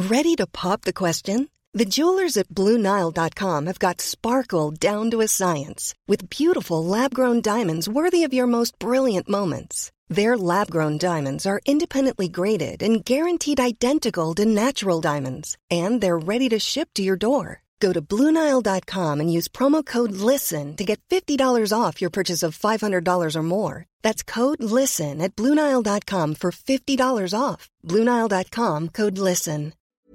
Ready to pop the question? The jewelers at BlueNile.com have got sparkle down to a science with beautiful lab-grown diamonds worthy of your most brilliant moments. Their lab-grown diamonds are independently graded and guaranteed identical to natural diamonds, and they're ready to ship to your door. Go to BlueNile.com and use promo code LISTEN to get $50 off your purchase of $500 or more. That's code LISTEN at BlueNile.com for $50 off. BlueNile.com, code LISTEN.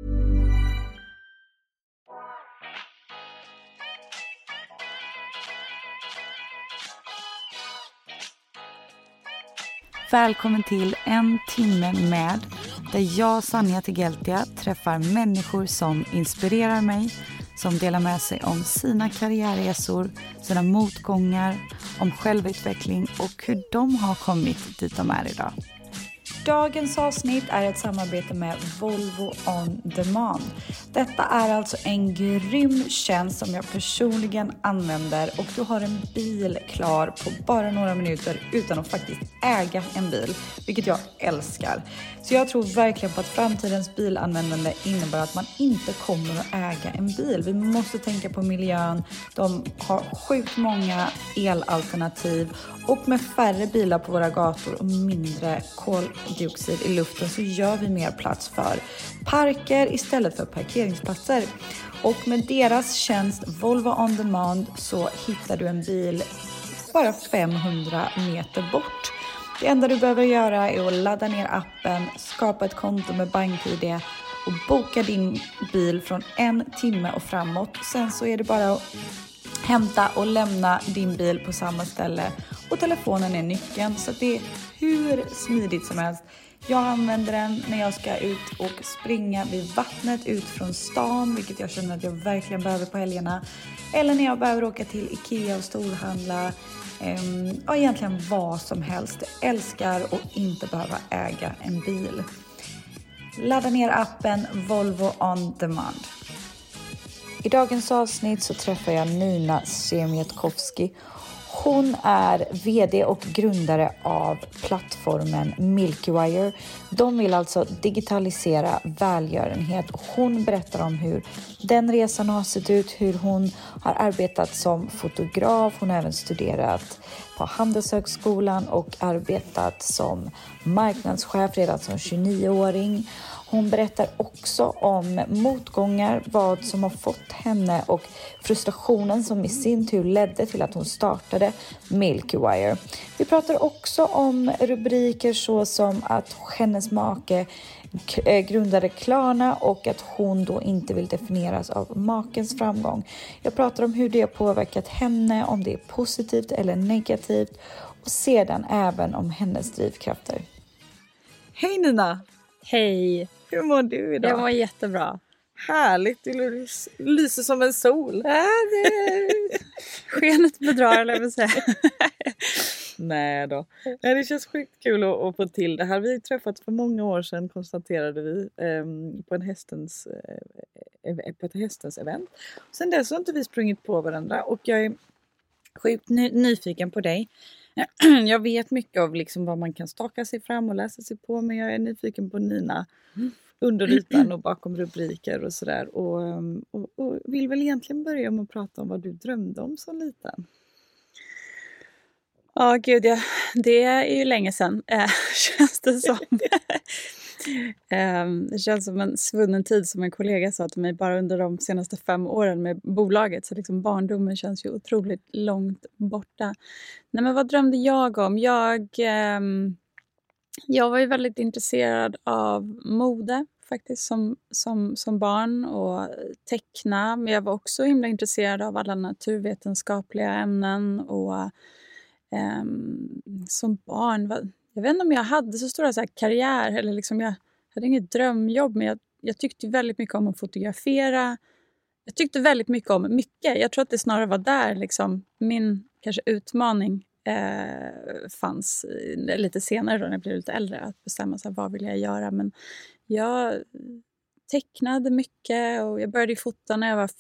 Välkommen till En timme med, där jag, Sanja Tegeltia, träffar människor som inspirerar mig, som delar med sig om sina karriärresor, sina motgångar, om självutveckling och hur de har kommit dit de är idag. Dagens avsnitt är ett samarbete med Volvo On Demand. Detta är alltså en grym tjänst som jag personligen använder, och du har en bil klar på bara några minuter utan att faktiskt äga en bil, vilket jag älskar. Så jag tror verkligen på att framtidens bilanvändande innebär att man inte kommer att äga en bil. Vi måste tänka på miljön. De har sjukt många elalternativ, och med färre bilar på våra gator och mindre koldioxid i luften så gör vi mer plats för parker istället för parkeringsplatser. Och med deras tjänst Volvo On Demand så hittar du en bil bara 500 meter bort. Det enda du behöver göra är att ladda ner appen, skapa ett konto med BankID och boka din bil från 1 timme och framåt. Sen så är det bara att hämta och lämna din bil på samma ställe, och telefonen är nyckeln, så det är hur smidigt som helst. Jag använder den när jag ska ut och springa vid vattnet ut från stan, vilket jag känner att jag verkligen behöver på helgerna. Eller när jag behöver åka till Ikea och storhandla. Och egentligen vad som helst. Jag älskar att inte behöva äga en bil. Ladda ner appen Volvo On Demand. I dagens avsnitt så träffar jag Nina Siemiatkowski. Hon är vd och grundare av plattformen Milkwire. De vill alltså digitalisera välgörenhet. Hon berättar om hur den resan har sett ut, hur hon har arbetat som fotograf. Hon har även studerat på Handelshögskolan och arbetat som marknadschef redan som 29-åring. Hon berättar också om motgångar, vad som har fått henne och frustrationen som i sin tur ledde till att hon startade Milkwire. Vi pratar också om rubriker så som att hennes make grundade Klarna och att hon då inte vill definieras av makens framgång. Jag pratar om hur det har påverkat henne, om det är positivt eller negativt, och sedan även om hennes drivkrafter. Hej Nina! Hej! Hur mår du idag? Jag mår jättebra. Härligt, du lyser som en sol. Skenet bedrar, eller vad säga. Nej då. Nej, det känns sjukt kul att få till det här. Vi träffats för många år sedan, konstaterade vi, på ett hästens event. Sen dess har inte vi sprungit på varandra, och jag är sjukt nyfiken på dig. Jag vet mycket av liksom vad man kan staka sig fram och läsa sig på, men jag är nyfiken på Nina under ytan och bakom rubriker och sådär. Och vill väl egentligen börja med att prata om vad du drömde om som liten. Ja, gud, det är ju länge sedan, känns det som. Det känns som en svunnen tid, som en kollega sa till mig, bara under de senaste 5 åren med bolaget. Så liksom barndomen känns ju otroligt långt borta. Nej, men vad drömde jag om? Jag var ju väldigt intresserad av mode faktiskt som barn, och teckna. Men jag var också himla intresserad av alla naturvetenskapliga ämnen, och som barn, jag vet inte om jag hade så stora så här karriär, eller liksom jag hade inget drömjobb, men jag tyckte väldigt mycket om att fotografera. Jag tyckte väldigt mycket om mycket. Jag tror att det snarare var där liksom min kanske utmaning fanns lite senare då, när jag blev lite äldre, att bestämma sig vad vill jag göra. Men jag tecknade mycket, och jag började fota när jag var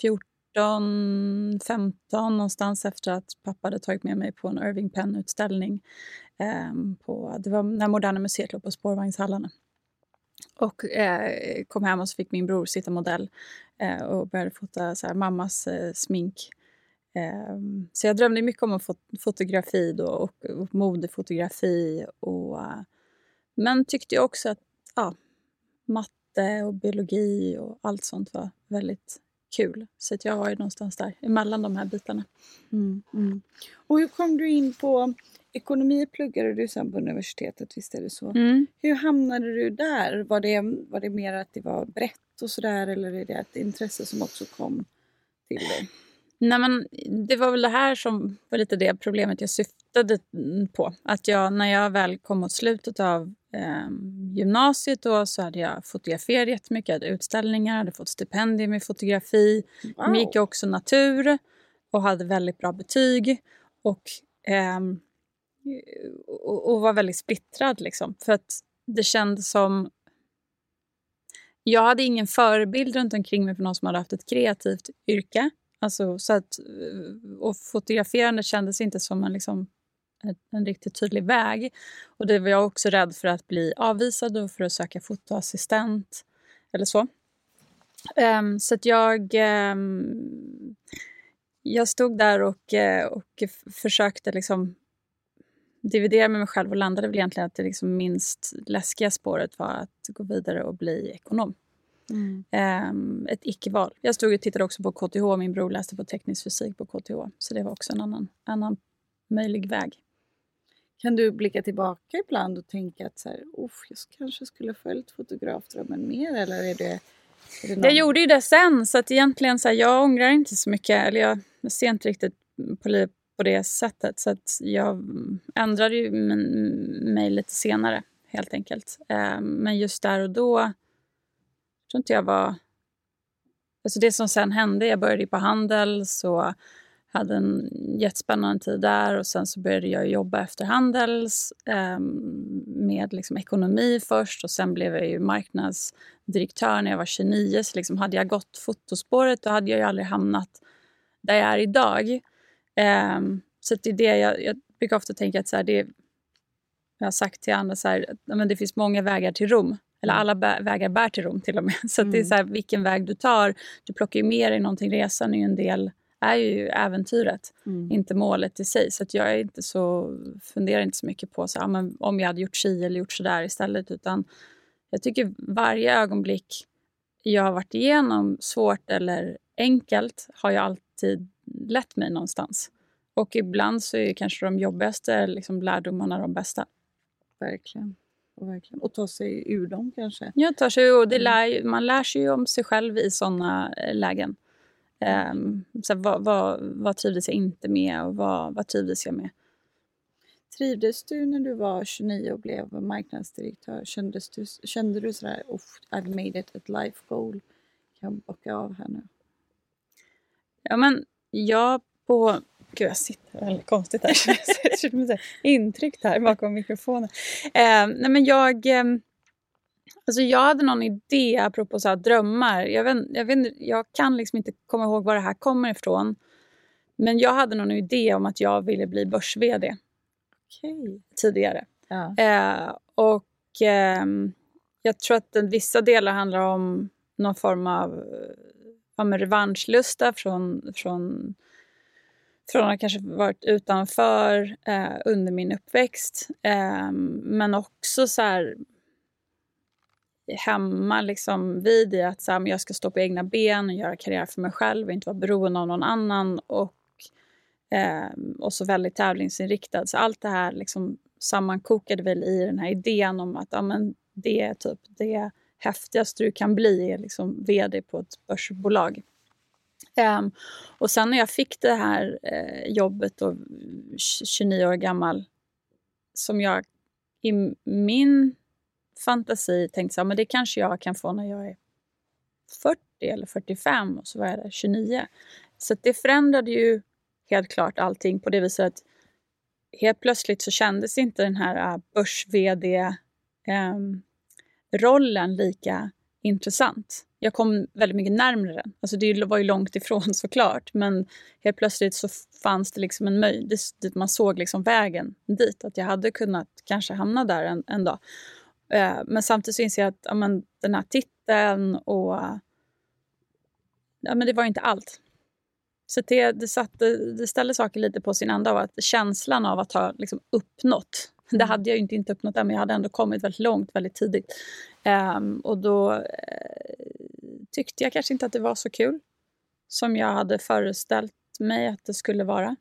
14-15, någonstans efter att pappa hade tagit med mig på en Irving Penn-utställning. Det var när Moderna Museet låg på Spårvagnshallarna. Och kom hem och så fick min bror sitta modell och började fota så här, mammas smink. Så jag drömde mycket om fotografi då, och modefotografi. Men tyckte jag också att matte och biologi och allt sånt var väldigt kul. Så att jag var ju någonstans där emellan de här bitarna. Och hur kom du in på ekonomi? Pluggade du sen på universitetet, visst är det så? Hur hamnade du där? Var det mer att det var brett och sådär, eller är det ett intresse som också kom till dig? Nej, men det var väl det här som var lite det problemet jag syftade på. Att när jag väl kom mot slutet av gymnasiet då, så hade jag fotograferat jättemycket. Jag hade utställningar, hade fått stipendium i fotografi. Wow. Jag gick också natur och hade väldigt bra betyg. Och var väldigt splittrad liksom. För att det kändes som... Jag hade ingen förebild runt omkring mig för någon som hade haft ett kreativt yrke. Alltså, så att, och fotograferande kändes inte som en riktigt tydlig väg. Och det var jag också rädd för att bli avvisad och för att söka fotoassistent eller så. Så att jag stod där och försökte liksom dividera med mig själv och landade väl egentligen att det liksom minst läskiga spåret var att gå vidare och bli ekonom. Ett icke-val. Jag stod och tittade också på KTH. Min bror läste på teknisk fysik på KTH. Så det var också en annan möjlig väg. Kan du blicka tillbaka ibland och tänka att så här, jag kanske skulle följt fotografdrömmen mer, eller är det någon... Jag gjorde ju det sen, så att egentligen så här, jag ångrar inte så mycket, eller jag ser inte riktigt på livet på det sättet, så att jag ändrade ju mig lite senare helt enkelt. Men just där och då tror inte jag var... Alltså det som sen hände, jag började på handel, så hade en jättespännande tid där, och sen så började jag jobba efter Handels med liksom ekonomi först, och sen blev jag ju marknadsdirektör när jag var 29, så liksom hade jag gått fotospåret då hade jag ju aldrig hamnat där jag är idag. Så det är det jag brukar ofta tänka att så här, jag har sagt till andra så här, men det finns många vägar till Rom. Eller alla vägar bär till Rom till och med. Så att det är så här, vilken väg du tar. Du plockar ju med dig någonting. Resan är ju en del, är ju äventyret. Inte målet i sig. Så att jag är inte funderar inte så mycket på så här, men om jag hade gjort si eller gjort så där istället. Utan jag tycker varje ögonblick jag har varit igenom, svårt eller enkelt, har jag alltid lett mig någonstans. Och ibland så är kanske de jobbigaste liksom, lärdomarna de bästa. Verkligen. Och ta sig ur dem kanske. Ja, ta sig ur. Man lär sig ju om sig själv i sådana lägen. Så vad trivdes jag inte med och vad trivdes jag med? Trivdes du när du var 29 och blev marknadsdirektör? Kände du sådär, I've made it ett life goal? Kan jag bocka av här nu? Ja, men Gud, jag sitter väldigt konstigt här. Jag känner mig intryckt här bakom mikrofonen. Nej, men jag hade någon idé apropå så här drömmar. Jag kan liksom inte komma ihåg var det här kommer ifrån. Men jag hade någon idé om att jag ville bli börs-vd. Tidigare. Ja. Jag tror att vissa delar handlar om någon form av revanschlusta från att kanske varit utanför under min uppväxt. Men också så här hemma liksom vid i att så här, jag ska stå på egna ben och göra karriär för mig själv och inte vara beroende av någon annan. Och så väldigt tävlingsinriktad. Så allt det här liksom sammankokade väl i den här idén om att det är typ det häftigaste du kan bli är liksom vd på ett börsbolag. Och sen när jag fick det här jobbet då, 29 år gammal, som jag i min fantasi tänkte så här, men det kanske jag kan få när jag är 40 eller 45, och så var jag där 29. Så det förändrade ju helt klart allting på det viset att helt plötsligt så kändes inte den här börs-vd-rollen lika intressant. Jag kom väldigt mycket närmare den. Alltså det var ju långt ifrån såklart. Men helt plötsligt så fanns det liksom en möjlighet. Man såg liksom vägen dit. Att jag hade kunnat kanske hamna där en dag. Men samtidigt så inser jag att den här titeln och men det var inte allt. Så det ställde saker lite på sin ända, och att känslan av att ha liksom uppnått. Det hade jag ju inte uppnått än, men jag hade ändå kommit väldigt långt, väldigt tidigt. Och då tyckte jag kanske inte att det var så kul som jag hade föreställt mig att det skulle vara.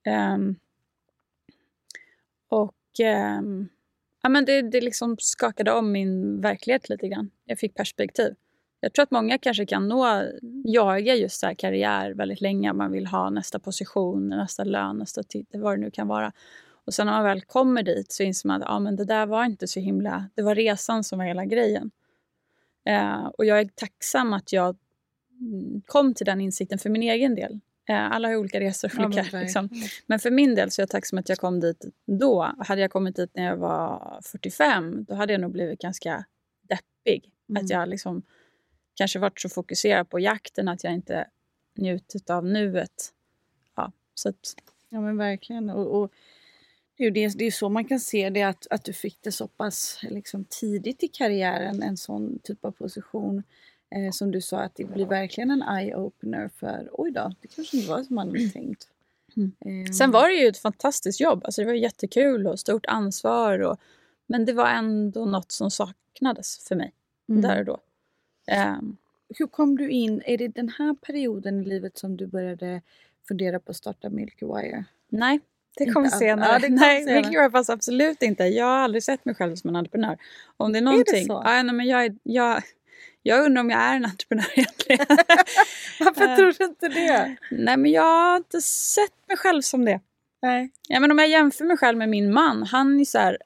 Men det liksom skakade om min verklighet lite grann. Jag fick perspektiv. Jag tror att många kanske kan jaga just så här karriär väldigt länge. Man vill ha nästa position, nästa lön, nästa titel, vad det nu kan vara. Och sen när man väl kommer dit så inser man att men det där var inte så himla... Det var resan som var hela grejen. Och jag är tacksam att jag kom till den insikten för min egen del. Alla har olika resor. Liksom. Men för min del så är jag tacksam att jag kom dit då. Hade jag kommit dit när jag var 45, då hade jag nog blivit ganska deppig. Att jag liksom kanske varit så fokuserad på jakten att jag inte njutit av nuet. Ja, så att... Ja, men verkligen. Och det är så man kan se det, att du fick det så pass liksom tidigt i karriären, en sån typ av position. Som du sa, att det blir verkligen en eye-opener för, oj då, det kanske inte var som man hade tänkt. Sen var det ju ett fantastiskt jobb. Alltså det var jättekul och stort ansvar. Men det var ändå något som saknades för mig där och då. Hur kom du in? Är det den här perioden i livet som du började fundera på att starta Milky Wire? Nej, det kom senare. Ja, Nej, Milky Wire fanns absolut inte. Jag har aldrig sett mig själv som en entreprenör. Om det är någonting... Är det så? Ja, men jag undrar om jag är en entreprenör egentligen. Varför tror du inte det? Nej, men jag har inte sett mig själv som det. Nej. Ja, men om jag jämför mig själv med min man, han är så här...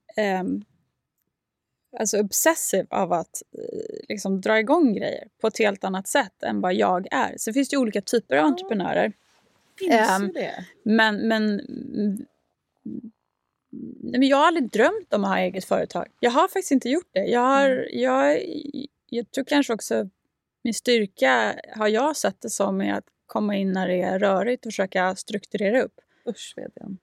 alltså obsessiv av att liksom dra igång grejer på ett helt annat sätt än vad jag är. Så finns det ju olika typer av entreprenörer. Finns det? Men jag har aldrig drömt om att ha eget företag. Jag har faktiskt inte gjort det. Jag tror kanske också min styrka har jag sett det som är att komma in när det är rörigt och försöka strukturera upp. Usch, vet jag.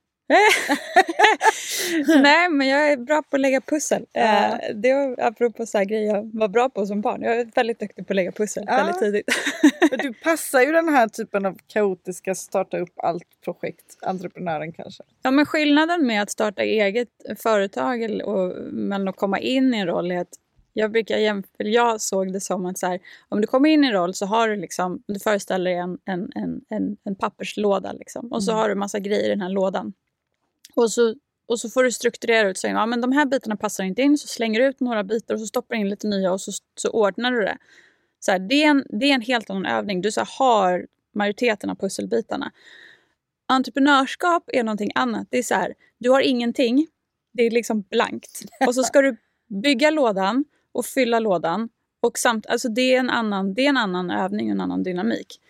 Nej, men jag är bra på att lägga pussel. Det var apropå så här grejer jag var bra på som barn. Jag är väldigt duktig på att lägga pussel väldigt tidigt. Men du passar ju den här typen av kaotiska starta upp allt projekt, entreprenören kanske. Ja, men skillnaden med att starta eget företag men att komma in i en roll är att jag såg det som att så här, om du kommer in i en roll så har du liksom, du föreställer dig en papperslåda liksom, och så har du massa grejer i den här lådan. Och så får du strukturera ut så men de här bitarna passar inte in, så slänger du ut några bitar och så stoppar in lite nya och så ordnar du det. Så här, det är en helt annan övning. Du så här, har majoriteten av pusselbitarna. Entreprenörskap är någonting annat. Det är så här, du har ingenting. Det är liksom blankt. Och så ska du bygga lådan och fylla lådan. Och alltså det är en annan övning, en annan dynamik.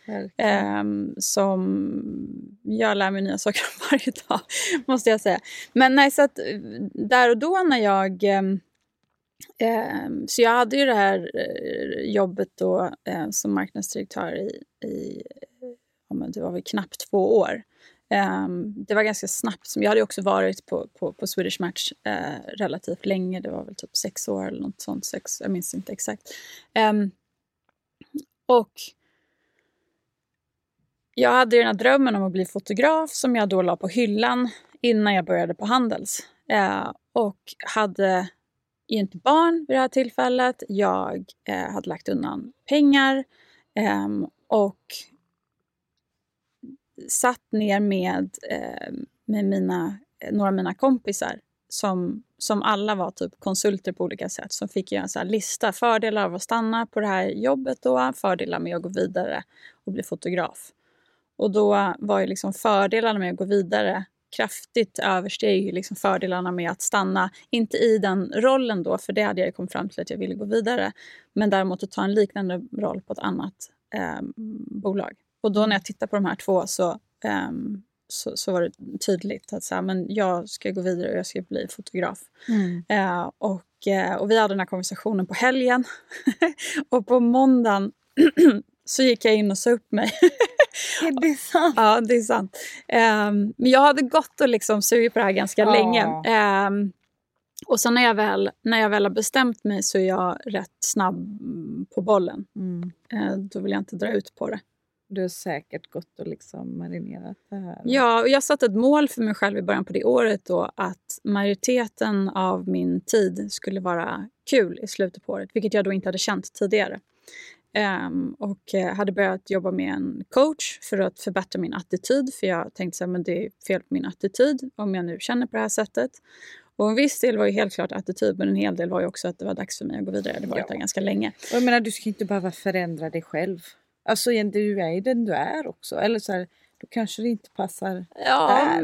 Som jag lär mig nya saker varje dag, måste jag säga. Men nej, så att där och då när jag... så jag hade ju det här jobbet då som marknadsdirektör i det var väl knappt 2 år. Det var ganska snabbt. Jag hade ju också varit på Swedish Match relativt länge. Det var väl typ 6 år eller något sånt. 6, jag minns inte exakt. Och jag hade den här drömmen om att bli fotograf som jag då la på hyllan innan jag började på Handels. Och hade inte barn vid det här tillfället. Jag hade lagt undan pengar och satt ner med några av mina kompisar som alla var typ konsulter på olika sätt, som fick göra en så här lista, fördelar av att stanna på det här jobbet då, fördelar med att gå vidare och bli fotograf. Och då var ju liksom fördelarna med att gå vidare kraftigt översteg ju liksom fördelarna med att stanna, inte i den rollen då, för det hade jag kommit fram till att jag ville gå vidare, men däremot att ta en liknande roll på ett annat bolag. Och då när jag tittar på de här två så var det tydligt att så här, men jag ska gå vidare och jag ska bli fotograf. Och vi hade den här konversationen på helgen. Och på måndagen så gick jag in och sa upp mig. Är det sant? Ja, det är sant. Men jag hade gått och liksom sugit på det här ganska länge. Och sen när jag väl har bestämt mig så är jag rätt snabb på bollen. Då vill jag inte dra ut på det. Du har säkert gått och liksom marinerat det här. Ja, och jag satte ett mål för mig själv i början på det året då, att majoriteten av min tid skulle vara kul i slutet på året, vilket jag då inte hade känt tidigare. Och hade börjat jobba med en coach för att förbättra min attityd, för jag tänkte att det är fel på min attityd om jag nu känner på det här sättet. Och en viss del var ju helt klart attityd, men en hel del var ju också att det var dags för mig att gå vidare. Det var där ganska länge. Och jag menar, du ska inte behöva förändra dig själv. Alltså du är ju den du är också. Eller så här, då kanske det inte passar där.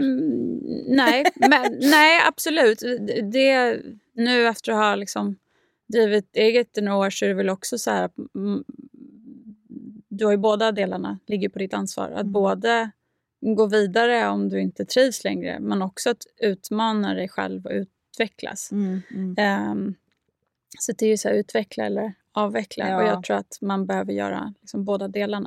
Nej, absolut. Det, nu efter att ha liksom drivit eget i några år så är det väl också så här att du har ju båda delarna ligger på ditt ansvar. Att både gå vidare om du inte trivs längre, men också att utmana dig själv och utvecklas. Så det är ju så här, utveckla eller avveckla. Ja. Och jag tror att man behöver göra liksom båda delarna.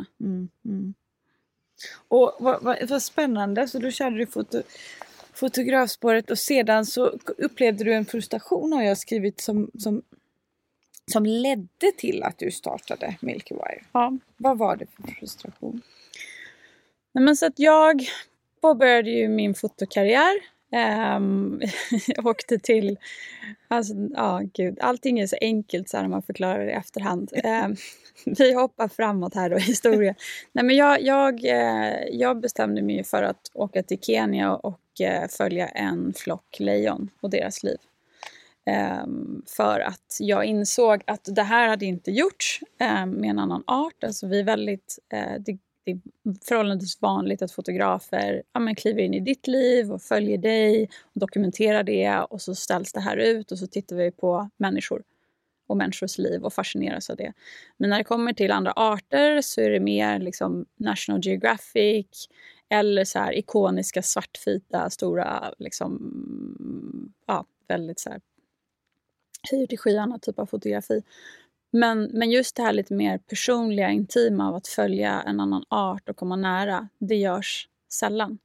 Och vad spännande. Så då körde du fotografspåret och sedan så upplevde du en frustration, har jag skrivit, som ledde till att du startade Milky Wire. Ja. Vad var det för frustration? Nej, men så att jag påbörjade ju min fotokarriär. Jag åkte till... Alltså, gud. Allting är så enkelt så här när man förklarar det i efterhand. Vi hoppar framåt här då i historien. Nej, men jag bestämde mig för att åka till Kenya och följa en flock lejon och deras liv. För att jag insåg att det här hade inte gjorts med en annan art. Alltså vi är väldigt... det är förhållandevis vanligt att fotografer kliver in i ditt liv och följer dig och dokumenterar det, och så ställs det här ut och så tittar vi på människor och människors liv och fascineras av det. Men när det kommer till andra arter så är det mer liksom National Geographic eller så här ikoniska svartvita stora liksom, väldigt så här höjt i skyarna typ av fotografi. Men just det här lite mer personliga, intima av att följa en annan art och komma nära, det görs sällan.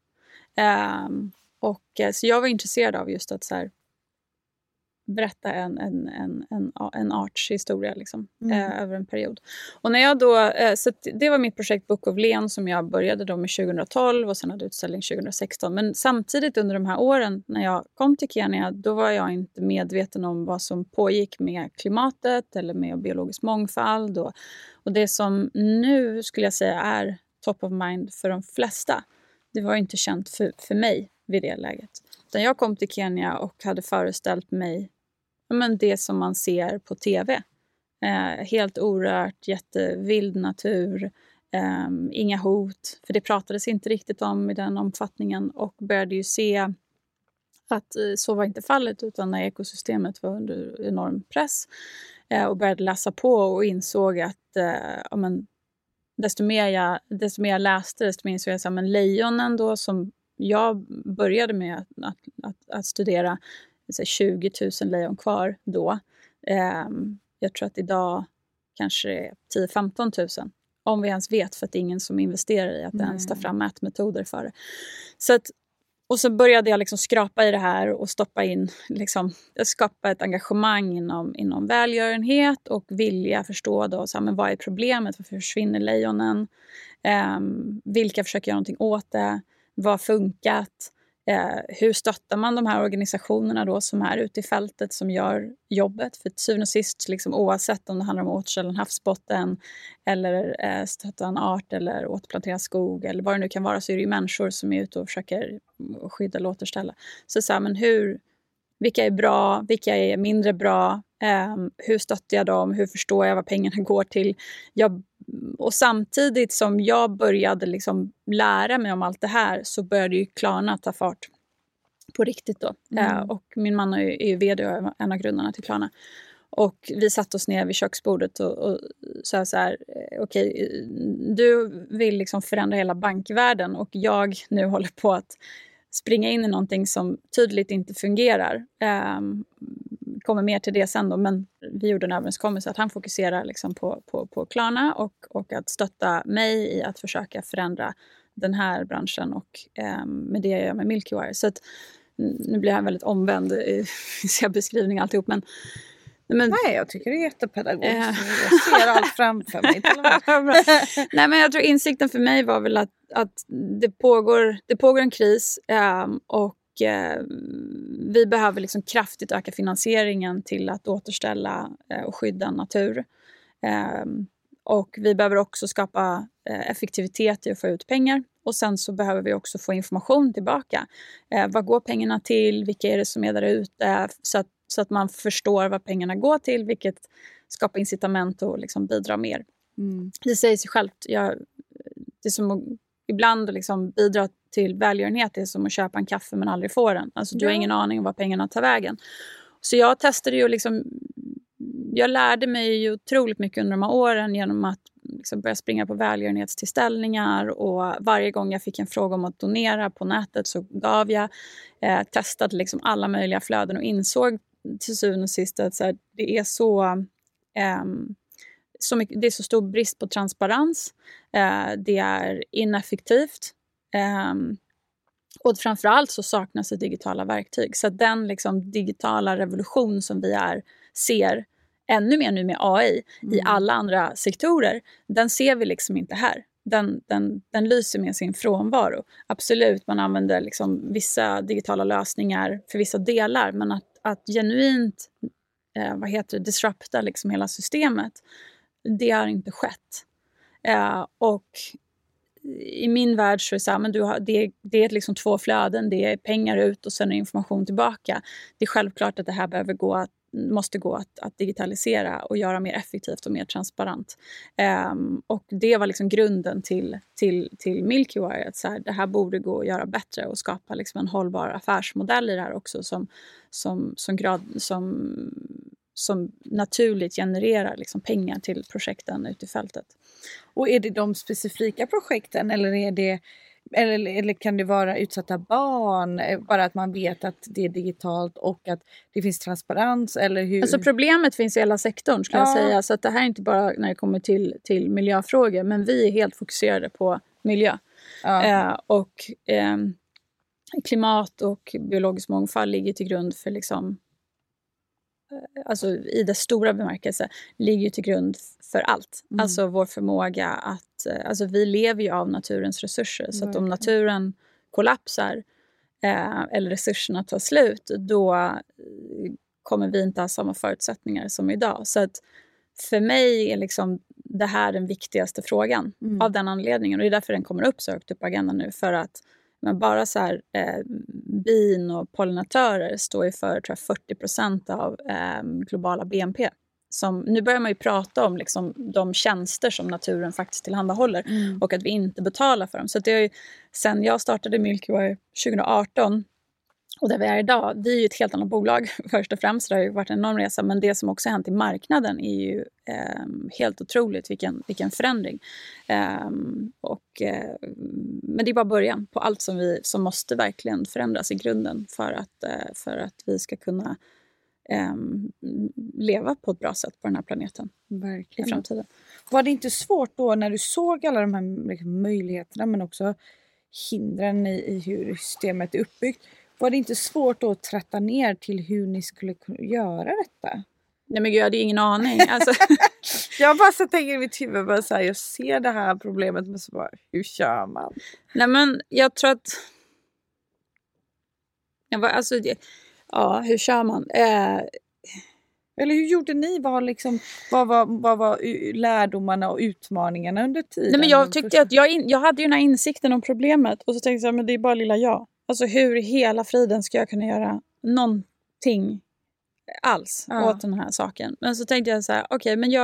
Så jag var intresserad av just att så här, berätta en arts historia liksom, över en period. Och när jag då, så det var mitt projekt Book of Leon som jag började då med 2012 och sen hade utställning 2016. Men samtidigt under de här åren när jag kom till Kenya, då var jag inte medveten om vad som pågick med klimatet eller med biologisk mångfald. Och det som nu skulle jag säga är top of mind för de flesta, det var inte känt för mig vid det läget. Utan jag kom till Kenya och hade föreställt mig det som man ser på tv. Helt orört, jättevild natur, inga hot. För det pratades inte riktigt om i den omfattningen, och började ju se att så var inte fallet, utan när ekosystemet var under enorm press. Och började läsa på och insåg att desto mer jag läste, desto mer insåg jag att lejonen då som jag började med att studera, 20 000 lejon kvar då. Jag tror att idag kanske är 10-15 000. Om vi ens vet, för att det är ingen som investerar i att ens ta fram mätmetoder för det. Och så började jag liksom skrapa i det här och stoppa in, skapa ett engagemang inom välgörenhet och vilja förstå då, vad är problemet, varför försvinner lejonen, vilka försöker göra någonting åt det, vad har funkat, hur stöttar man de här organisationerna då som är ute i fältet som gör jobbet, för till syvende och sist oavsett om det handlar om att återställa en havsbotten eller stötta en art eller återplantera skog eller vad det nu kan vara, så är det ju människor som är ute och försöker skydda eller återställa. Vilka är bra, vilka är mindre bra, hur stöttar jag dem, hur förstår jag vad pengarna går till. Och samtidigt som jag började lära mig om allt det här, så började ju Klarna ta fart på riktigt då. Och min man är ju vd och en av grundarna till Klarna. Och vi satt oss ner vid köksbordet och sa så här, okej, du vill förändra hela bankvärlden och jag nu håller på att springa in i någonting som tydligt inte fungerar. Kommer mer till det sen då, men vi gjorde en överenskommelse att han fokuserar på Klarna och att stötta mig i att försöka förändra den här branschen, och med det jag gör med Milky Wire. Så att nu blir jag väldigt omvänd i beskrivning alltihop. Men, nej, jag tycker det är jättepedagogiskt. Jag ser allt framför mig. Nej, men jag tror insikten för mig var väl att det pågår en kris och vi behöver liksom kraftigt öka finansieringen till att återställa och skydda natur. Och vi behöver också skapa effektivitet i att få ut pengar. Och sen så behöver vi också få information tillbaka. Vad går pengarna till? Vilka är det som är där ute? Så att man förstår vad pengarna går till. Vilket skapar incitament att liksom bidra mer. Det säger sig självt. Det är som att ibland liksom bidra till välgörenhet. Det är som att köpa en kaffe men aldrig få den. Alltså du har ingen aning om var pengarna tar vägen. Så jag testade ju liksom... Jag lärde mig ju otroligt mycket under de här åren genom att liksom börja springa på välgörenhetstillställningar, och varje gång jag fick en fråga om att donera på nätet så gav jag, testade liksom alla möjliga flöden och insåg till syvende och sist att så här, det är så mycket, det är så stor brist på transparens, det är ineffektivt, och framförallt så saknas det digitala verktyg. Så den liksom digitala revolution som vi ser ännu mer nu med AI i alla andra sektorer, den ser vi liksom inte här. Den lyser med sin frånvaro. Absolut, man använder liksom vissa digitala lösningar för vissa delar, men att genuint disrupta liksom hela systemet, det har inte skett. Och i min värld så är det så här, men det är liksom 2 flöden, det är pengar ut och sen är information tillbaka. Det är självklart att det här måste gå att digitalisera och göra mer effektivt och mer transparent. Och det var liksom grunden till Milky Way. Att så här, det här borde gå att göra bättre och skapa liksom en hållbar affärsmodell i det här också som naturligt genererar liksom pengar till projekten ute i fältet. Och är det de specifika projekten eller kan det vara utsatta barn? Bara att man vet att det är digitalt och att det finns transparens? Eller hur? Alltså problemet finns i hela sektorn skulle jag säga. Så att det här är inte bara när det kommer till miljöfrågor. Men vi är helt fokuserade på miljö. Och klimat och biologisk mångfald ligger till grund för liksom... Alltså i det stora bemärkelse ligger till grund för allt. Alltså vår förmåga att... Alltså vi lever ju av naturens resurser. Så att om naturen kollapsar eller resurserna tar slut, då kommer vi inte ha samma förutsättningar som idag. Så att för mig är liksom det här den viktigaste frågan av den anledningen. Och det är därför den kommer upp så högt upp på agendan nu. För att men bara så här, bin och pollinatörer står ju för tror jag, 40% av globala BNP. Nu börjar man ju prata om liksom, de tjänster som naturen faktiskt tillhandahåller och att vi inte betalar för dem. Så det är ju, sen jag startade Milky Way 2018 och där vi är idag, vi är ju ett helt annat bolag först och främst. Det har ju varit en enorm resa, men det som också hänt i marknaden är ju helt otroligt vilken förändring. Men det är bara början på allt som måste verkligen förändras i grunden för att vi ska kunna leva på ett bra sätt på den här planeten. Verkligen. I framtiden. Var det inte svårt då när du såg alla de här möjligheterna men också hindren i hur systemet är uppbyggt? Var det inte svårt då att tratta ner till hur ni skulle kunna göra detta? Nej men gud, jag hade ingen aning. Alltså. Jag bara så tänker i mitt huvud, bara så här, jag ser det här problemet men så bara, hur kör man? Nej men jag tror att... hur kör man? Eller hur gjorde ni? Vad var lärdomarna och utmaningarna under tiden? Nej, men jag tyckte att jag hade ju den här insikten om problemet. Och så tänkte jag, men det är bara lilla jag. Alltså hur i hela friden ska jag kunna göra någonting alls åt den här saken? Men så tänkte jag så här, okej, men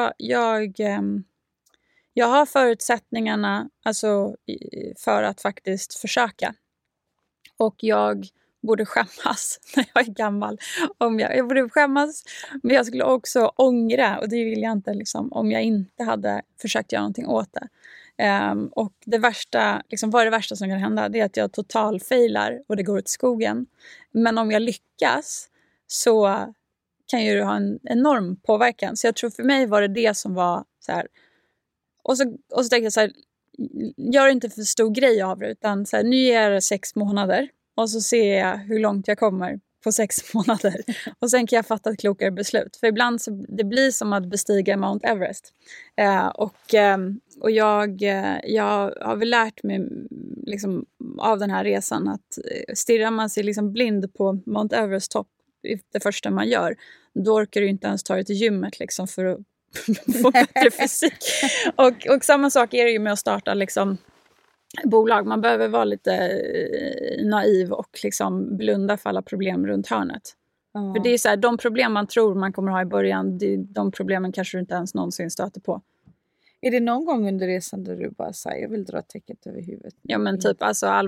jag har förutsättningarna alltså, för att faktiskt försöka. Och jag borde skämmas när jag är gammal. Jag borde skämmas, men jag skulle också ångra, och det vill jag inte liksom, om jag inte hade försökt göra någonting åt det. Och det värsta, liksom, vad är det värsta som kan hända? Det är att jag totalfailar och det går åt skogen. Men om jag lyckas så kan ju det ha en enorm påverkan. Så jag tror för mig var det som var så här. Och så tänkte jag så här, gör inte för stor grej av det, utan så här, nu är det 6 månader. och så ser jag hur långt jag kommer på 6 månader. Och sen kan jag fatta ett klokare beslut. För ibland så det blir som att bestiga Mount Everest. Och jag har väl lärt mig liksom, av den här resan att stirrar man sig liksom blind på Mount Everest topp det första man gör, då orkar du inte ens ta dig till gymmet liksom, för att få bättre fysik. Och samma sak är det ju med att starta liksom, bolag. Man behöver vara lite naiv och liksom blunda för alla problem runt hörnet. För det är så här, de problem man tror man kommer ha i början, de problemen kanske du inte ens någonsin stöter på. Är det någon gång under resan där du bara säger jag vill dra täcket över huvudet? Ja men typ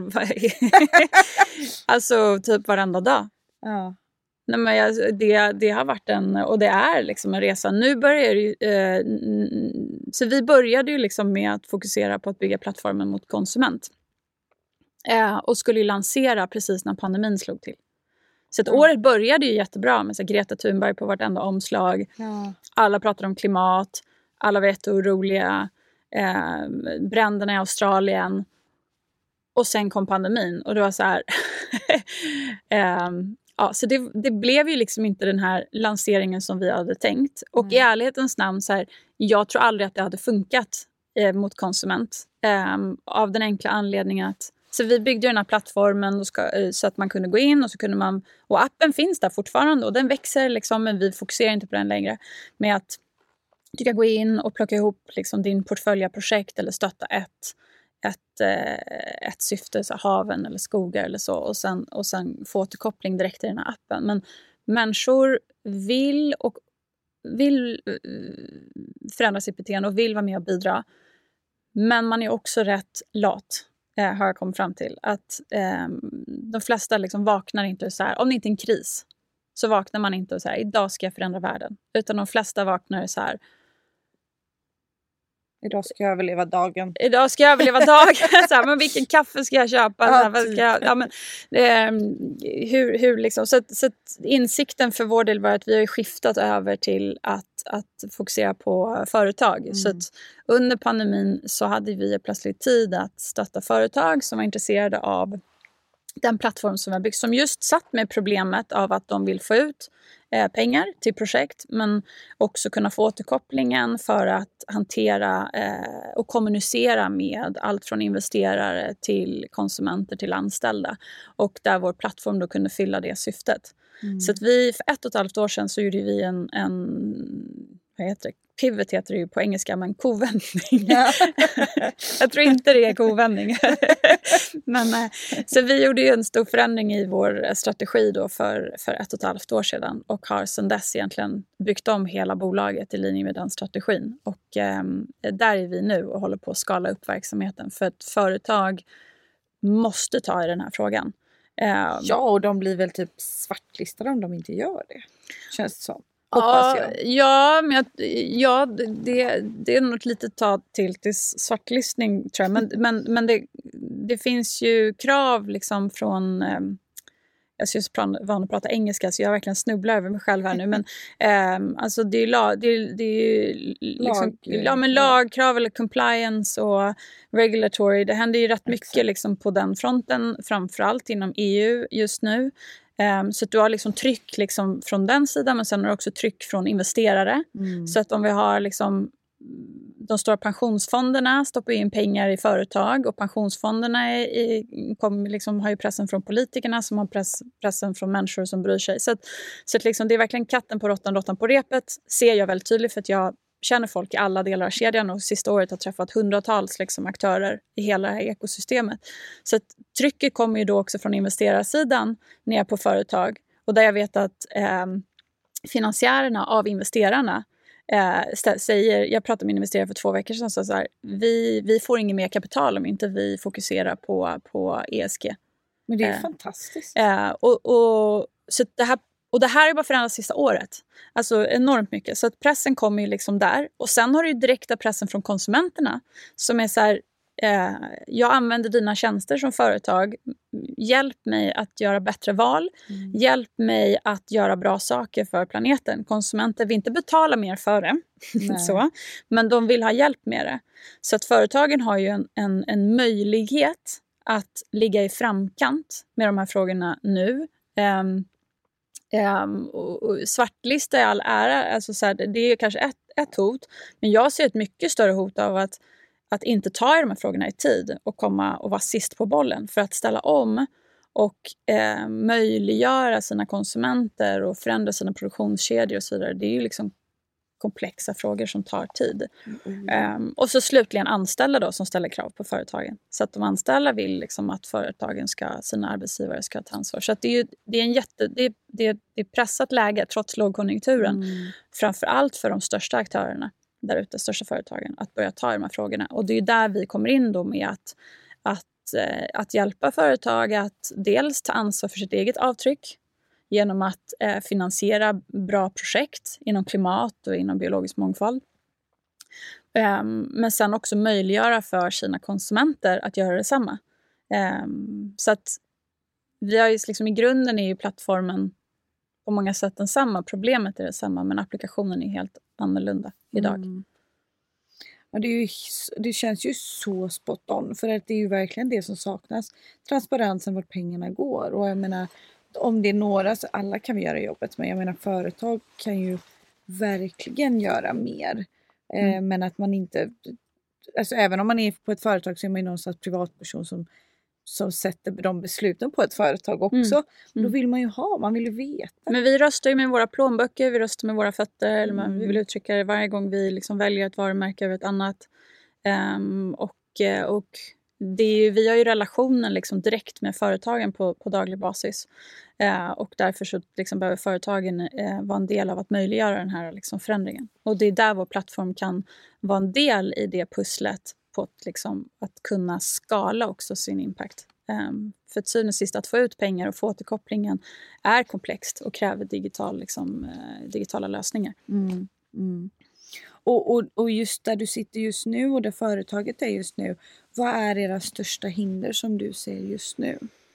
alltså typ varenda dag. Ja. Nej, men det har varit och det är liksom en resa. Nu börjar det ju, så vi började ju liksom med att fokusera på att bygga plattformen mot konsument. Och skulle ju lansera precis när pandemin slog till. Så att året började ju jättebra med så Greta Thunberg på vartenda omslag. Ja. Alla pratade om klimat. Alla var jätteoroliga. Bränderna i Australien. Och sen kom pandemin. Och det var så här... ja, så det blev ju liksom inte den här lanseringen som vi hade tänkt. Och i ärlighetens namn, så här, jag tror aldrig att det hade funkat mot konsument. Av den enkla anledningen att... Så vi byggde den här plattformen så att man kunde gå in och så kunde man... Och appen finns där fortfarande och den växer liksom, men vi fokuserar inte på den längre. Med att du kan gå in och plocka ihop liksom din portföljaprojekt eller stötta ett syfte, så haven eller skogar eller så. Och sen få återkoppling direkt i den här appen. Men människor vill förändra sitt beteende och vill vara med och bidra. Men man är också rätt lat. Har jag kommit fram till. Att de flesta liksom vaknar inte så här. Om det inte är en kris så vaknar man inte och så här, idag ska jag förändra världen. Utan de flesta vaknar så här. Idag ska jag överleva dagen. Idag ska jag överleva dagen. Så här, men vilken kaffe ska jag köpa? Så här, vad ska jag, ja, men, hur liksom. Så att insikten för vår del var att vi har skiftat över till att fokusera på företag. Så att under pandemin så hade vi plötsligt tid att stötta företag som var intresserade av den plattform som har byggts, som just satt med problemet av att de vill få ut pengar till projekt, men också kunna få återkopplingen för att hantera och kommunicera med allt från investerare till konsumenter till anställda, och där vår plattform då kunde fylla det syftet. Så att vi för 1,5 år sedan så gjorde vi en vad heter det? Pivot heter det ju på engelska, men kovändning. Ja. Jag tror inte det är kovändning. Men, så vi gjorde ju en stor förändring i vår strategi då för 1,5 år sedan. Och har sedan dess egentligen byggt om hela bolaget i linje med den strategin. Och där är vi nu och håller på att skala upp verksamheten. För ett företag måste ta i den här frågan. Ja, och de blir väl typ svartlistade om de inte gör det. Känns det som. Ja, men det är nog ett litet tag till svartlistning, tror jag. Men det finns ju krav liksom från... Jag ska just van att prata engelska, så jag verkligen snubblar över mig själv här nu. Men alltså det är liksom, lagkrav eller compliance och regulatory. Det händer ju rätt mycket liksom på den fronten, framförallt inom EU just nu. Så att du har liksom tryck liksom från den sidan, men sen har du också tryck från investerare. Så att om vi har liksom, de stora pensionsfonderna stoppar in pengar i företag, och pensionsfonderna liksom, har ju pressen från politikerna som har pressen från människor som bryr sig. Så att liksom, det är verkligen katten på råttan på repet, ser jag väldigt tydligt, för att jag känner folk i alla delar av kedjan och sista året har träffat hundratals liksom aktörer i hela det här ekosystemet. Så att trycket kommer ju då också från investerarsidan ner på företag, och där jag vet att finansiärerna av investerarna säger, jag pratade med en investerare för 2 veckor sedan, så här, vi får ingen mer kapital om inte vi fokuserar på ESG. Men det är fantastiskt. Så det här är bara förändrat sista året. Alltså enormt mycket. Så att pressen kommer ju liksom där. Och sen har du ju direkta pressen från konsumenterna. Som är så här, jag använder dina tjänster som företag. Hjälp mig att göra bättre val. Hjälp mig att göra bra saker för planeten. Konsumenter vill inte betala mer för det. Så, men de vill ha hjälp med det. Så att företagen har ju en möjlighet att ligga i framkant med de här frågorna nu. Och svartlista i all ära, alltså så här, det är kanske ett hot, men jag ser ett mycket större hot av att inte ta i de här frågorna i tid och komma och vara sist på bollen för att ställa om och möjliggöra sina konsumenter och förändra sina produktionskedjor och så vidare. Det är ju liksom komplexa frågor som tar tid. Och så slutligen anställda då som ställer krav på företagen. Så att de anställda vill liksom att företagen sina arbetsgivare ska ta ansvar. Så att det är pressat läge trots lågkonjunkturen. Framförallt för de största aktörerna där ute, största företagen, att börja ta i de här frågorna. Och det är där vi kommer in då med att hjälpa företag att dels ta ansvar för sitt eget avtryck genom att finansiera bra projekt inom klimat och inom biologisk mångfald. Men sen också möjliggöra för sina konsumenter att göra detsamma. Så att vi har ju liksom, i grunden är ju plattformen på många sätt densamma. Problemet är detsamma, men applikationen är helt annorlunda idag. Ja, det känns ju så spot on, för att det är ju verkligen det som saknas. Transparensen vart pengarna går. Och jag menar, om det är några, så alla kan vi göra jobbet, men jag menar företag kan ju verkligen göra mer. Men att man inte, alltså även om man är på ett företag så är man ju någonstans privatperson som sätter de besluten på ett företag också. Då vill man ju man vill ju veta. Men vi röstar ju med våra plånböcker, vi röstar med våra fötter. Eller vi vill uttrycka det varje gång vi liksom väljer ett varumärke över ett annat. Och det är ju, vi har ju relationen liksom direkt med företagen på daglig basis. Och därför så liksom behöver företagen vara en del av att möjliggöra den här liksom förändringen. Och det är där vår plattform kan vara en del i det pusslet på att kunna skala också sin impact. För till syvende och sist att få ut pengar och få återkopplingen är komplext och kräver digitala lösningar. Och just där du sitter just nu och där företaget är just nu, vad är era största hinder som du ser just nu?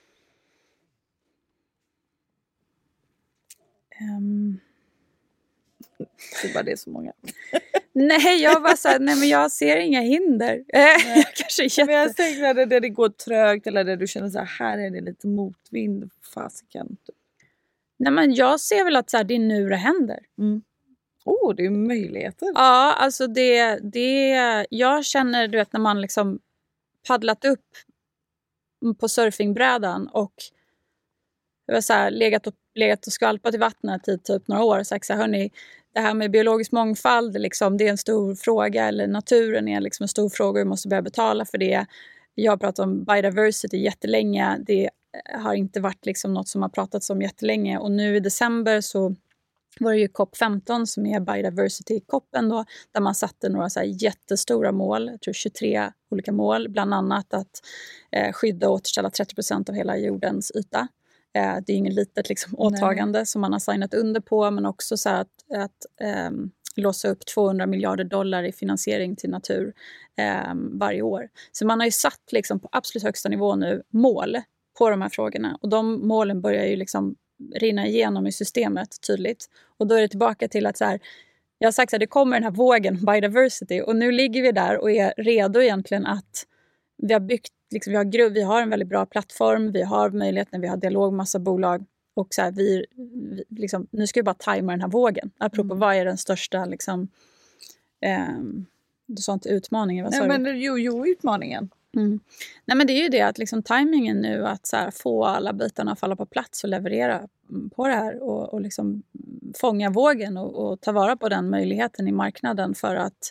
Det är så många. Nej, jag ser inga hinder. Kanske men jag tänker där det går trögt eller där du känner så här är det lite motvind. Fasiken. Nej, men jag ser väl att så här, det är nu det händer. Det är möjligheter. Ja, alltså jag känner, du vet, när man liksom paddlat upp på surfingbrädan och jag var så här, legat och skvalpat i vattnet i typ några år och sagt så här, hörni, det här med biologisk mångfald liksom, det är en stor fråga, eller naturen är liksom en stor fråga, vi måste börja betala för det. Jag har pratat om biodiversity jättelänge, det har inte varit liksom något som har pratats om jättelänge, och nu i december så var det ju COP15 som är biodiversity-koppen då, där man satte några så här jättestora mål, jag tror 23 olika mål, bland annat att skydda och återställa 30% av hela jordens yta. Det är ingen litet liksom åtagande som man har signat under på, men också så här att låsa upp $200 miljarder i finansiering till natur varje år. Så man har ju satt liksom på absolut högsta nivå nu mål på de här frågorna, och de målen börjar ju liksom rinna igenom i systemet tydligt. Och då är det tillbaka till att så här, jag har sagt att det kommer den här vågen biodiversity, och nu ligger vi där och är redo egentligen att vi har byggt, liksom, vi har en väldigt bra plattform, vi har möjligheten, vi har dialog med massa bolag, och så här, vi liksom, nu ska vi bara tajma den här vågen. Apropå vad är den största liksom, du sa inte utmaningen, vad sa du? Men jo, utmaningen. Nej, men det är ju det att liksom tajmingen nu att så här, få alla bitarna att falla på plats och leverera på det här och liksom fånga vågen och ta vara på den möjligheten i marknaden för att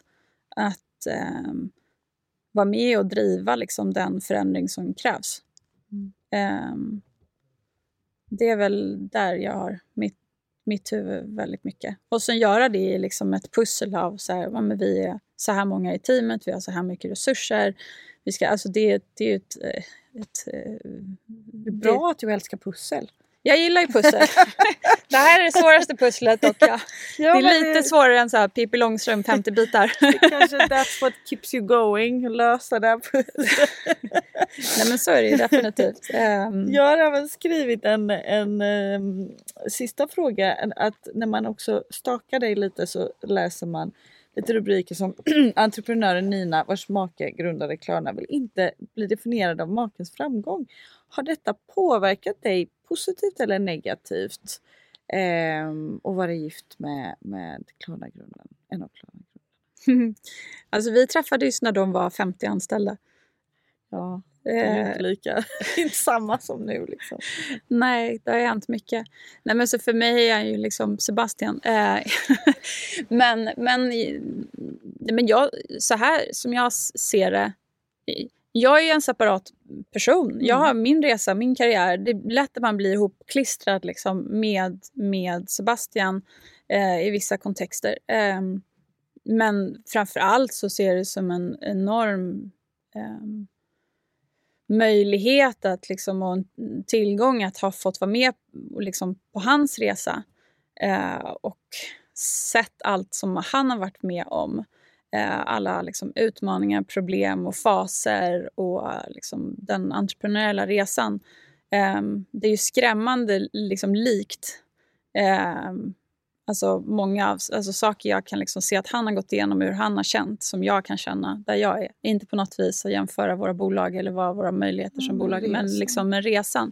vara med och driva liksom den förändring som krävs. Det är väl där jag har mitt huvud väldigt mycket. Och sen göra det i liksom ett pussel av så här, men vi är så här många i teamet, vi har så här mycket resurser. Vi ska, alltså det är bra att du älskar pussel. Jag gillar ju pussel. Det här är det svåraste pusslet, och det är lite svårare än så här Pippi Långstrump 50 bitar. Kanske that's what keeps you going, lösa det här pusslet. Nej, men så är det ju definitivt. Jag har även skrivit en sista fråga, att när man också stakar dig lite så läser man lite rubriker som entreprenören Nina vars make grundade Klarna vill inte bli definierad av makens framgång. Har detta påverkat dig positivt eller negativt? Och vara gift med Klarna-grundaren, en av Klarna-grundarna. Alltså vi träffades när de var 50 anställda. Ja, det är inte lika, inte samma som nu liksom. Nej, det har hänt mycket. Nej, men så för mig är han ju liksom Sebastian. Men jag, så här som jag ser det, jag är ju en separat person. Jag har min resa, min karriär. Det är lätt att man blir ihopklistrad liksom med Sebastian i vissa kontexter. Men framförallt så ser jag det som en enorm möjlighet att liksom, och en tillgång att ha fått vara med liksom, på hans resa och sett allt som han har varit med om. Alla liksom, utmaningar, problem och faser och liksom, den entreprenöriella resan. Det är ju skrämmande liksom, likt alltså många alltså, saker jag kan liksom, se att han har gått igenom, hur han har känt som jag kan känna där jag är. Inte på något vis att jämföra våra bolag eller vad våra möjligheter som bolag, men liksom med resan.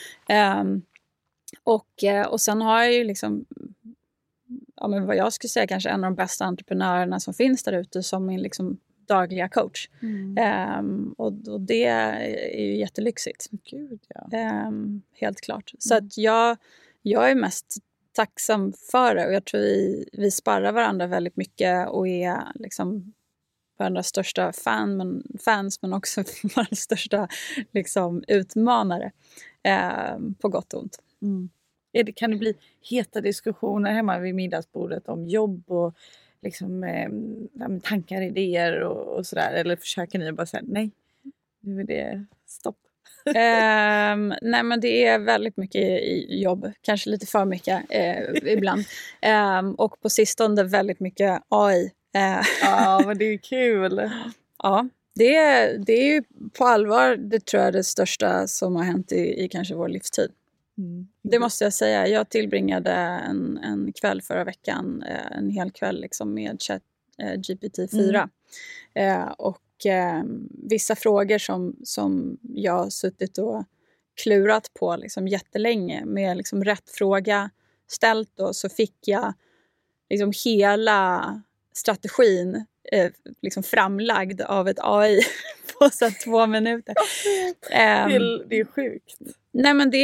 Och sen har jag ju liksom men vad jag skulle säga kanske en av de bästa entreprenörerna som finns där ute som min liksom dagliga coach. Och det är ju jättelyxigt. Gud, ja. Helt klart. Så att jag är mest tacksam för det och jag tror vi sparrar varandra väldigt mycket och är liksom varandras största fans men också varandras största liksom, utmanare på gott och ont. Kan det bli heta diskussioner hemma vid middagsbordet om jobb och liksom, tankar, idéer och sådär? Eller försöker ni bara säga nej, nu är det stopp? Nej, men det är väldigt mycket jobb, kanske lite för mycket ibland. Och på sistone väldigt mycket AI. Ja, men det är kul. Ja, det är ju på allvar, det tror jag, det största som har hänt i kanske vår livstid. Det måste jag säga. Jag tillbringade en kväll förra veckan, en hel kväll liksom med GPT-4. Och vissa frågor som jag har suttit och klurat på liksom jättelänge med liksom rätt fråga ställt då, så fick jag liksom hela strategin liksom framlagd av ett AI på så 2 minuter. Det är sjukt. Nej, men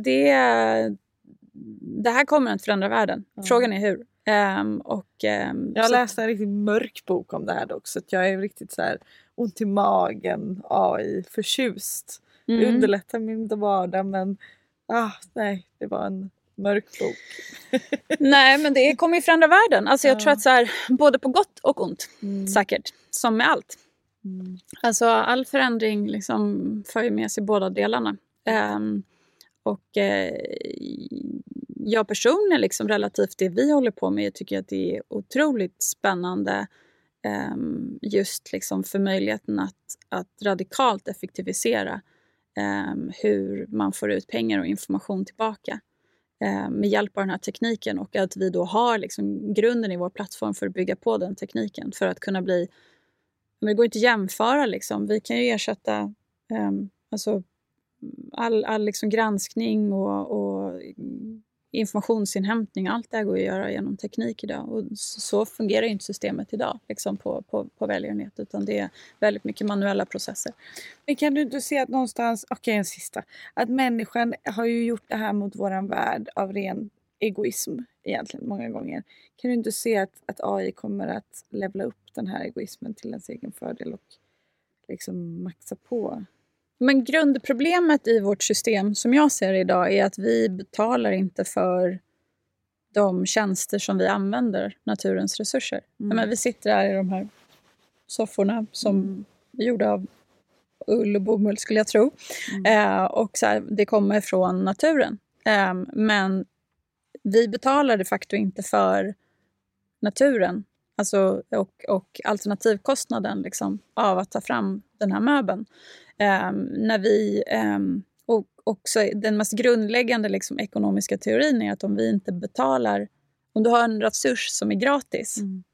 det här kommer att förändra världen. Frågan är hur. Jag läste en riktigt mörk bok om det här också. Att jag är riktigt så här ont i magen, AI, förtjust. Det underlättar min vardag, men nej, det var en mörk bok. Nej, men det kommer ju förändra världen. Alltså jag tror att så här, både på gott och ont, säkert, som med allt. Alltså all förändring liksom för ju med sig båda delarna. Jag personligen liksom relativt det vi håller på med tycker att det är otroligt spännande just liksom för möjligheten att radikalt effektivisera hur man får ut pengar och information tillbaka med hjälp av den här tekniken, och att vi då har liksom grunden i vår plattform för att bygga på den tekniken för att kunna bli, men det går inte att jämföra liksom. Vi kan ju ersätta alltså all liksom granskning och informationsinhämtning, allt det här går att göra genom teknik idag, och så fungerar inte systemet idag liksom på välgörenhet, utan det är väldigt mycket manuella processer. Men kan du inte se att någonstans, en sista, att människan har ju gjort det här mot våran värld av ren egoism egentligen många gånger. Kan du inte se att AI kommer att levla upp den här egoismen till ens egen fördel och liksom maxa på? Men grundproblemet i vårt system som jag ser idag är att vi betalar inte för de tjänster som vi använder, naturens resurser. Men vi sitter här i de här sofforna som är gjorda av ull och bomull skulle jag tro. Och så här, det kommer från naturen. Men vi betalar de facto inte för naturen. Alltså, och alternativkostnaden liksom, av att ta fram den här möbeln. När vi, och också den mest grundläggande liksom, ekonomiska teorin är att om vi inte betalar, om du har en resurs som är gratis,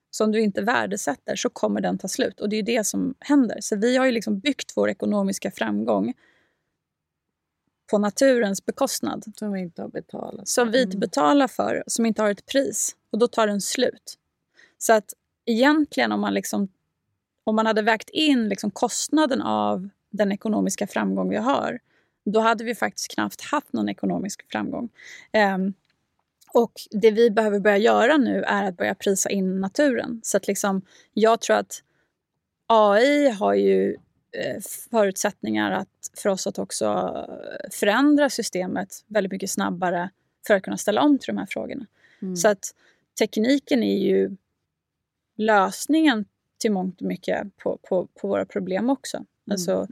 som du inte värdesätter så kommer den ta slut. Och det är det som händer. Så vi har ju liksom byggt vår ekonomiska framgång på naturens bekostnad. Som vi inte har betalat. Som vi inte betalar för, som inte har ett pris. Och då tar den slut. Så att egentligen om man hade vägt in liksom kostnaden av den ekonomiska framgång vi har, då hade vi faktiskt knappt haft någon ekonomisk framgång. Och det vi behöver börja göra nu är att börja prisa in naturen. Så att jag tror att AI har ju förutsättningar för oss att också förändra systemet väldigt mycket snabbare för att kunna ställa om till de här frågorna. Så att tekniken är ju lösningen till mångt och mycket på våra problem också. Alltså,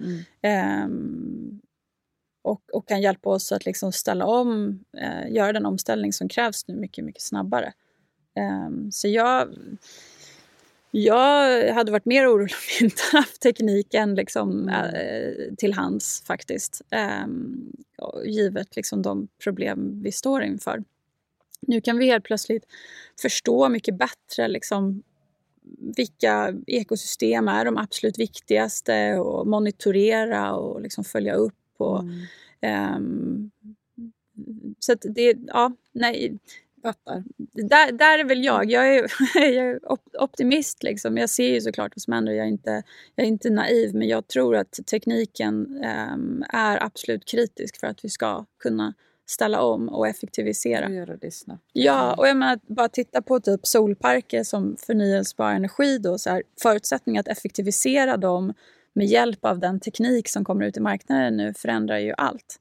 och kan hjälpa oss att ställa om, göra den omställning som krävs nu mycket, mycket snabbare. Så jag hade varit mer orolig om vi inte haft tekniken till hands faktiskt. Givet de problem vi står inför. Nu kan vi helt plötsligt förstå mycket bättre vilka ekosystem är de absolut viktigaste och monitorera och följa upp. Och, så att det, där är väl jag är optimist Jag ser ju såklart vad som händer. Jag är inte naiv, men jag tror att tekniken är absolut kritisk för att vi ska kunna ställa om och effektivisera. Och göra det snabbt. Ja, och jag menar, bara titta på typ solparker som förnyelsebar energi då, så här, förutsättningar att effektivisera dem med hjälp av den teknik som kommer ut i marknaden nu förändrar ju allt.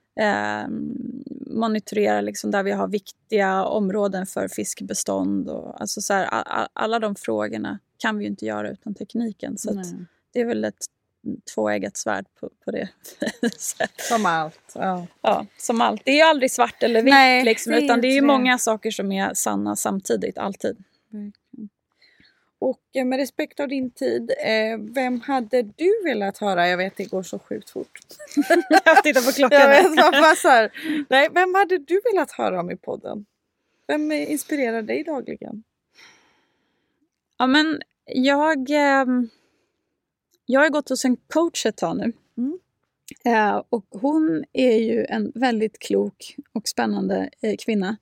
Monitorera där vi har viktiga områden för fiskbestånd och alltså så här, alla de frågorna kan vi ju inte göra utan tekniken, så att det är väl ett tvåeggat svärd på det. Som allt. Ja, som allt. Det är ju aldrig svart eller vitt utan det är ju många saker som är sanna samtidigt, alltid. Och med respekt av din tid, vem hade du velat höra? Jag vet, det går så sjukt fort. Jag tittar på klockan. Jag vet, man passar. Nej, vem hade du velat höra om i podden? Vem inspirerar dig dagligen? Ja, men jag har gått hos en coach ett tag nu. Och hon är ju en väldigt klok och spännande kvinna.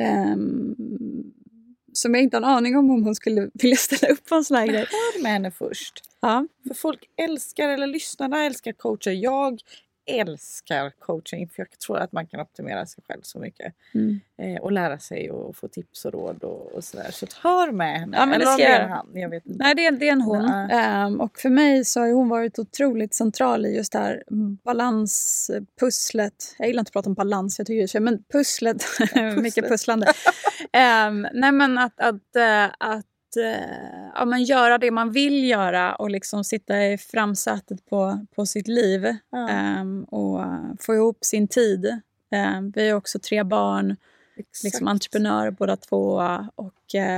Som jag inte har en aning om hon skulle vilja ställa upp på en sån här grej. Hör med henne först. Ja. För folk älskar, eller lyssnarna älskar coacher. Jag älskar coaching, för jag tror att man kan optimera sig själv så mycket. Och lära sig och få tips och råd och sådär. Så hör med henne. Ja, men eller det är en han, jag vet inte. Nej, det är en hon. Och för mig så har hon varit otroligt central i just det här balanspusslet. Jag gillar inte att prata om balans, jag tycker det, men pusslet. Mycket pusslande. Nej, men att göra det man vill göra och sitta i framsätet på sitt liv och få ihop sin tid. Vi är också 3 barn, entreprenörer båda 2 och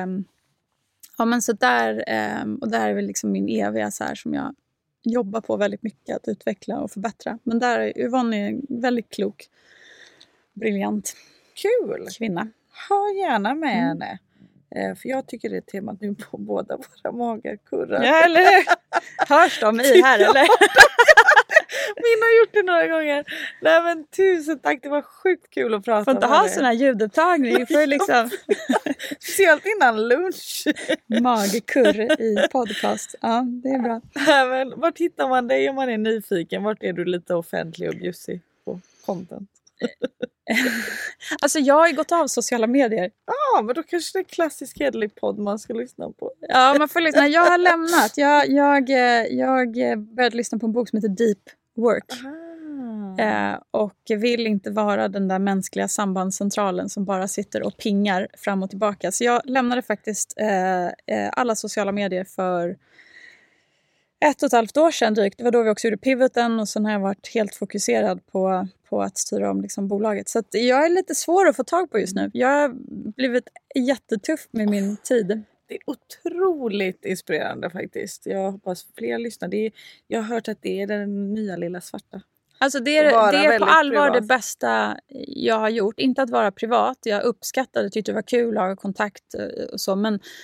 så där och där är väl min eviga så här, som jag jobbar på väldigt mycket att utveckla och förbättra. Men där är Yvonne väldigt klok, briljant, kul kvinna. Hör gärna med henne. För jag tycker det är temat nu på båda våra magar kurrar. Ja, eller hur? Hörs de i här, eller? Min har gjort det några gånger. Nej, men tusen tack, det var sjukt kul att prata med dig. Får inte ha sån här ljudupptagning. Får speciellt innan lunch. Magkurr i podcast. Ja, det är bra. Men vart hittar man dig om man är nyfiken? Vart är du lite offentlig och bjussig på content? Alltså jag har ju gått av sociala medier. Ja, men då kanske det är en klassisk hederlig podd man ska lyssna på. Ja, man får lyssna. Jag har lämnat. Jag började lyssna på en bok som heter Deep Work. Och vill inte vara den där mänskliga sambandscentralen som bara sitter och pingar fram och tillbaka. Så jag lämnade faktiskt alla sociala medier för 1,5 år sedan drygt. Det var då vi också gjorde pivoten och sen har jag varit helt fokuserad på att styra om bolaget. Så att jag är lite svår att få tag på just nu. Jag har blivit jättetuff med min tid. Det är otroligt inspirerande faktiskt. Jag hoppas fler lyssnar. Jag har hört att det är den nya lilla svarta. Alltså det är på allvar privat. Det bästa jag har gjort. Inte att vara privat. Jag uppskattade, tyckte det var kul att ha kontakt och så.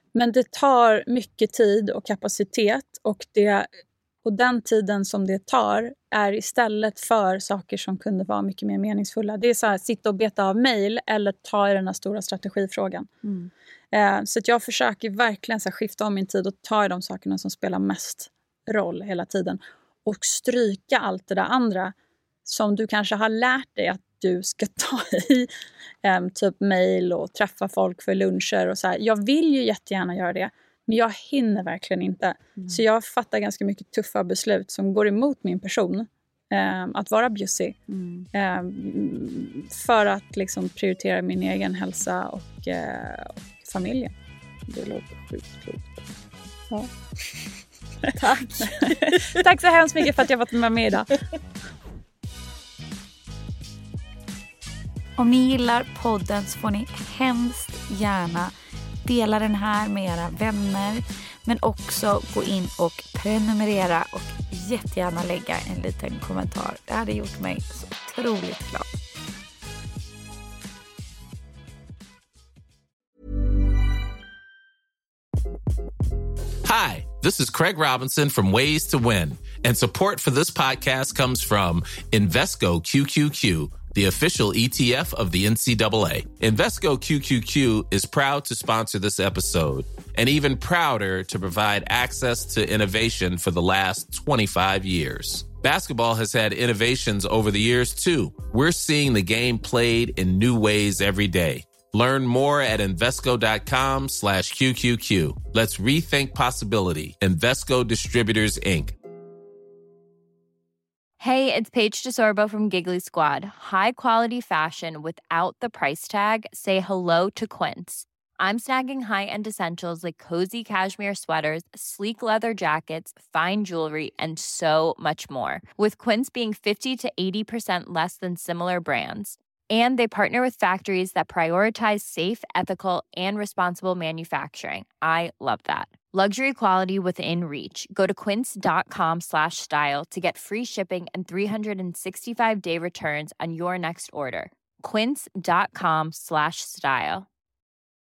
Men det tar mycket tid och kapacitet och den tiden som det tar är istället för saker som kunde vara mycket mer meningsfulla. Det är så här, sitta och beta av mejl eller ta i den här stora strategifrågan. Så att jag försöker verkligen så här, skifta om min tid och ta i de sakerna som spelar mest roll hela tiden. Och stryka allt det där andra som du kanske har lärt dig att du ska ta i. Typ mejl och träffa folk för luncher och så här. Jag vill ju jättegärna göra det. Men jag hinner verkligen inte. Så jag fattar ganska mycket tuffa beslut som går emot min person. Att vara busy. För att liksom prioritera min egen hälsa och familjen. Det låter sjukt klokt. Ja. Tack. Tack så hemskt mycket för att jag varit med idag. Om ni gillar podden så får ni hemskt gärna dela den här med era vänner. Men också gå in och prenumerera och jättegärna lägga en liten kommentar. Det hade gjort mig så otroligt glad. Hi, this is Craig Robinson from Ways to Win, and support for this podcast comes from Invesco QQQ, the official ETF of the NCAA. Invesco QQQ is proud to sponsor this episode, and even prouder to provide access to innovation for the last 25 years. Basketball has had innovations over the years, too. We're seeing the game played in new ways every day. Learn more at Invesco.com/QQQ. Let's rethink possibility. Invesco Distributors, Inc. Hey, it's Paige DeSorbo from Giggly Squad. High quality fashion without the price tag. Say hello to Quince. I'm snagging high-end essentials like cozy cashmere sweaters, sleek leather jackets, fine jewelry, and so much more. With Quince being 50 to 80% less than similar brands. And they partner with factories that prioritize safe, ethical, and responsible manufacturing. I love that. Luxury quality within reach. Go to quince.com/style to get free shipping and 365-day returns on your next order. Quince.com/style.